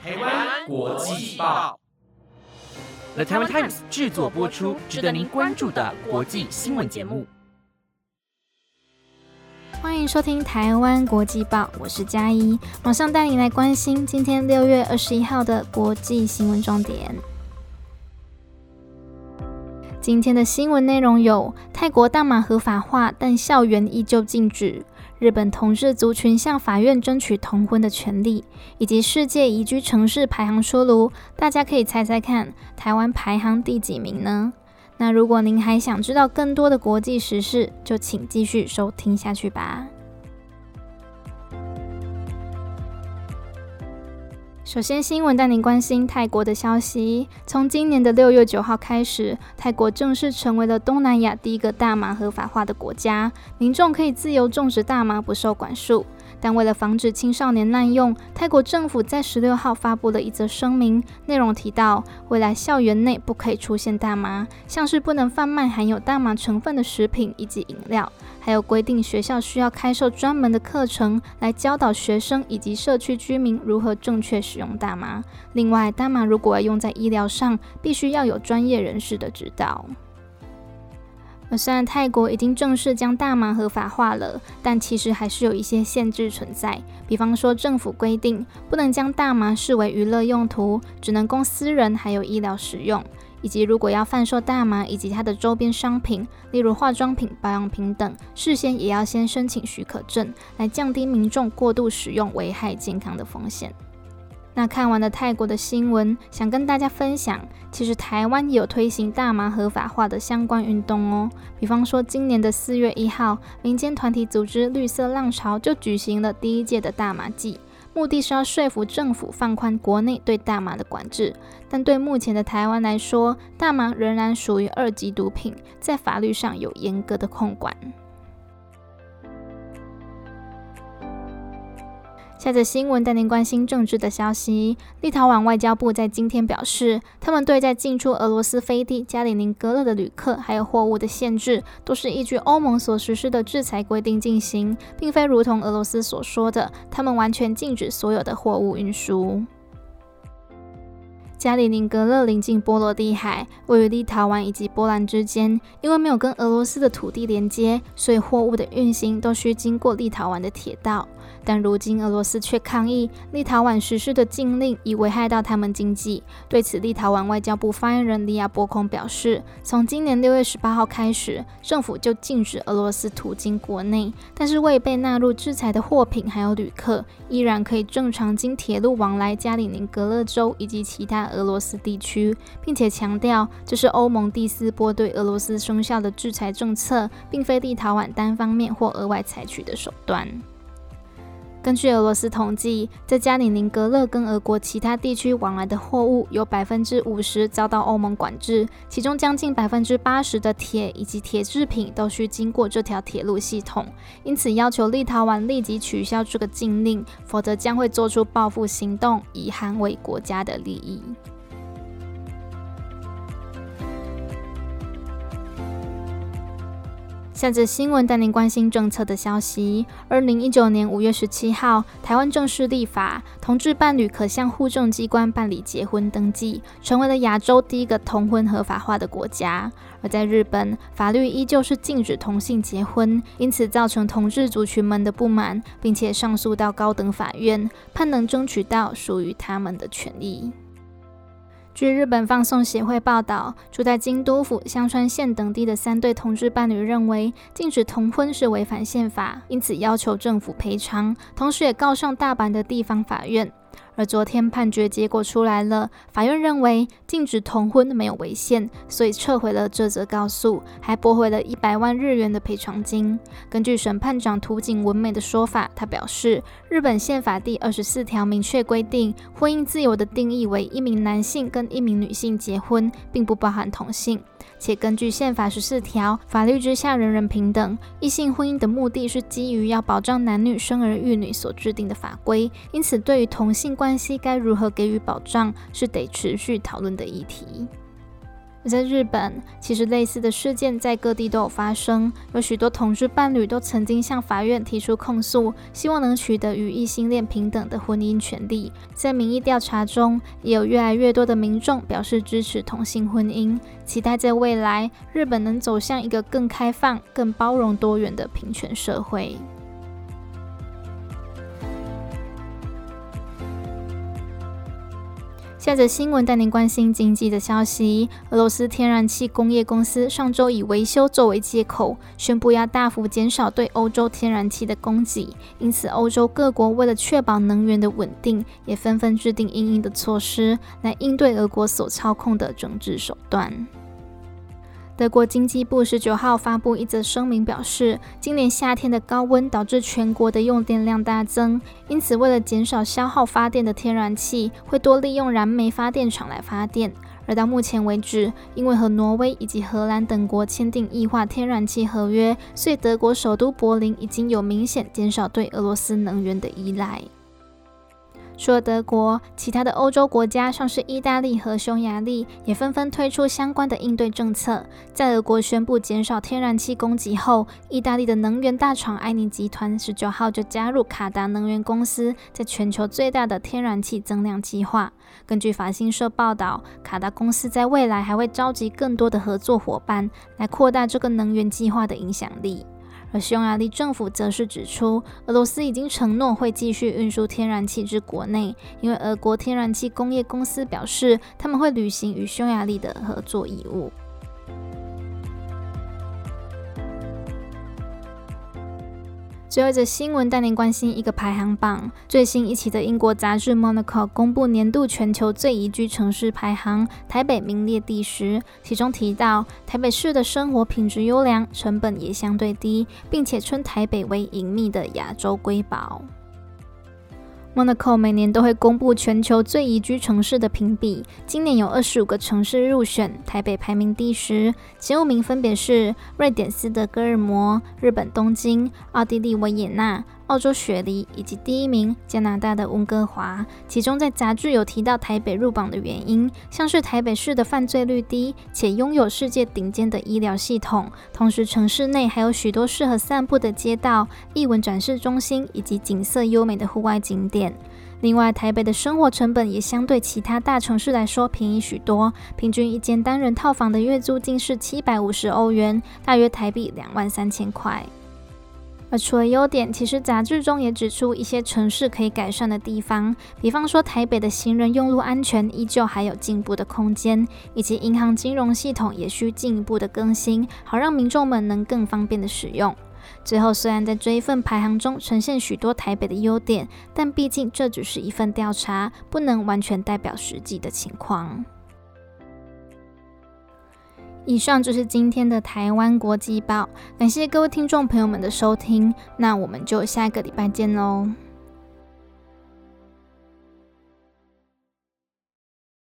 台湾国际报 The Taiwan Times 制作播出，值得您关注的国际新闻节目。 欢迎收听台湾国际报，我是嘉怡，马上带您来关心今天6月21号的国际新闻重点。今天的新闻内容有：泰国大麻合法化，但校园依旧禁止；日本同志族群向法院争取同婚的权利，以及世界宜居城市排行出炉。大家可以猜猜看，台湾排行第几名呢？那如果您还想知道更多的国际时事，就请继续收听下去吧。首先，新闻带您关心泰国的消息。从今年的6月9号开始，泰国正式成为了东南亚第一个大麻合法化的国家，民众可以自由种植大麻，不受管束。但为了防止青少年滥用，泰国政府在16号发布了一则声明，内容提到，未来校园内不可以出现大麻，像是不能贩卖含有大麻成分的食品以及饮料，还有规定学校需要开设专门的课程来教导学生以及社区居民如何正确使用大麻。另外，大麻如果要用在医疗上，必须要有专业人士的指导。而虽然泰国已经正式将大麻合法化了，但其实还是有一些限制存在。比方说，政府规定不能将大麻视为娱乐用途，只能供私人还有医疗使用，以及如果要贩售大麻以及它的周边商品，例如化妆品、保养品等，事先也要先申请许可证，来降低民众过度使用危害健康的风险。那看完了泰国的新闻，想跟大家分享，其实台湾也有推行大麻合法化的相关运动哦。比方说，今年的4月1号，民间团体组织绿色浪潮就举行了第1届的大麻季，目的是要说服政府放宽国内对大麻的管制。但对目前的台湾来说，大麻仍然属于2级毒品，在法律上有严格的控管。下则新闻带您关心政治的消息。立陶宛外交部在今天表示，他们对在进出俄罗斯飞地加里宁格勒的旅客还有货物的限制，都是依据欧盟所实施的制裁规定进行，并非如同俄罗斯所说的，他们完全禁止所有的货物运输。加里宁格勒临近波罗的海，位于立陶宛以及波兰之间，因为没有跟俄罗斯的土地连接，所以货物的运行都需经过立陶宛的铁道。但如今俄罗斯却抗议立陶宛实施的禁令已危害到他们经济。对此，立陶宛外交部发言人利亚波空表示，从今年6月18号开始，政府就禁止俄罗斯途经国内，但是未被纳入制裁的货品还有旅客，依然可以正常经铁路往来加里宁格勒州以及其他俄罗斯地区，并且强调这是欧盟第4波对俄罗斯生效的制裁政策，并非立陶宛单方面或额外采取的手段。根据俄罗斯统计，在加里宁格勒跟俄国其他地区往来的货物有 50% 遭到欧盟管制，其中将近 80% 的铁以及铁制品都需经过这条铁路系统，因此要求立陶宛立即取消这个禁令，否则将会做出报复行动，以捍卫国家的利益。下则新闻带您关心政策的消息。2019年5月17号，台湾正式立法，同志伴侣可向户政机关办理结婚登记，成为了亚洲第一个同婚合法化的国家。而在日本，法律依旧是禁止同性结婚，因此造成同志族群们的不满，并且上诉到高等法院，盼能争取到属于他们的权利。据日本放送协会报道，住在京都府、香川县等地的3对同志伴侣认为禁止同婚是违反宪法，因此要求政府赔偿，同时也告上大阪的地方法院。而昨天判决结果出来了，法院认为禁止同婚没有违宪，所以撤回了这则告诉，还驳回了100万日元的赔偿金。根据审判长土井文美的说法，他表示，日本宪法第24条明确规定，婚姻自由的定义为1名男性跟1名女性结婚，并不包含同性。且根据宪法14条，法律之下人人平等，异性婚姻的目的是基于要保障男女生儿育女所制定的法规，因此对于同性关系该如何给予保障，是得持续讨论的议题。 而在日本，其实类似的事件在各地都有发生，有许多同志伴侣都曾经向法院提出控诉，希望能取得与异性恋平等的婚姻权利。在民意调查中，也有越来越多的民众表示支持同性婚姻，期待在未来日本能走向一个更开放、更包容多元的平权社会。下则新闻带您关心经济的消息。俄罗斯天然气工业公司上周以维修作为借口，宣布要大幅减少对欧洲天然气的供给，因此欧洲各国为了确保能源的稳定，也纷纷制定因应的措施，来应对俄国所操控的政治手段。德国经济部19号发布一则声明，表示今年夏天的高温导致全国的用电量大增，因此为了减少消耗发电的天然气，会多利用燃煤发电厂来发电。而到目前为止，因为和挪威以及荷兰等国签订液化天然气合约，所以德国首都柏林已经有明显减少对俄罗斯能源的依赖。除了德国，其他的欧洲国家像是意大利和匈牙利也纷纷推出相关的应对政策。在俄国宣布减少天然气供给后，意大利的能源大厂埃尼集团19号就加入卡达能源公司在全球最大的天然气增量计划。根据法新社报道，卡达公司在未来还会召集更多的合作伙伴，来扩大这个能源计划的影响力。而匈牙利政府则是指出，俄罗斯已经承诺会继续运输天然气至国内，因为俄国天然气工业公司表示，他们会履行与匈牙利的合作义务。最后一则新闻带您关心一个排行榜。最新一期的英国杂志 Monaco 公布年度全球最宜居城市排行，台北名列第10，其中提到台北市的生活品质优良，成本也相对低，并且称台北为隐秘的亚洲瑰宝。Monaco 每年都会公布全球最宜居城市的评比，今年有25个城市入选，台北排名第10，前5名分别是瑞典斯德哥尔摩、日本东京、奥地利维也纳、澳洲雪梨以及第1名加拿大的温哥华。其中在杂志有提到台北入榜的原因，像是台北市的犯罪率低，且拥有世界顶尖的医疗系统，同时城市内还有许多适合散步的街道、艺文展示中心以及景色优美的户外景点。另外，台北的生活成本也相对其他大城市来说便宜许多，平均一间单人套房的月租金是750欧元，大约台币23000块。而除了优点，其实杂志中也指出一些城市可以改善的地方，比方说台北的行人用路安全依旧还有进步的空间，以及银行金融系统也需进一步的更新，好让民众们能更方便的使用。最后，虽然在这一份排行中呈现许多台北的优点，但毕竟这只是一份调查，不能完全代表实际的情况。以上就是今天的台湾国际报，感谢各位听众朋友们的收听，那我们就下一个礼拜见喽。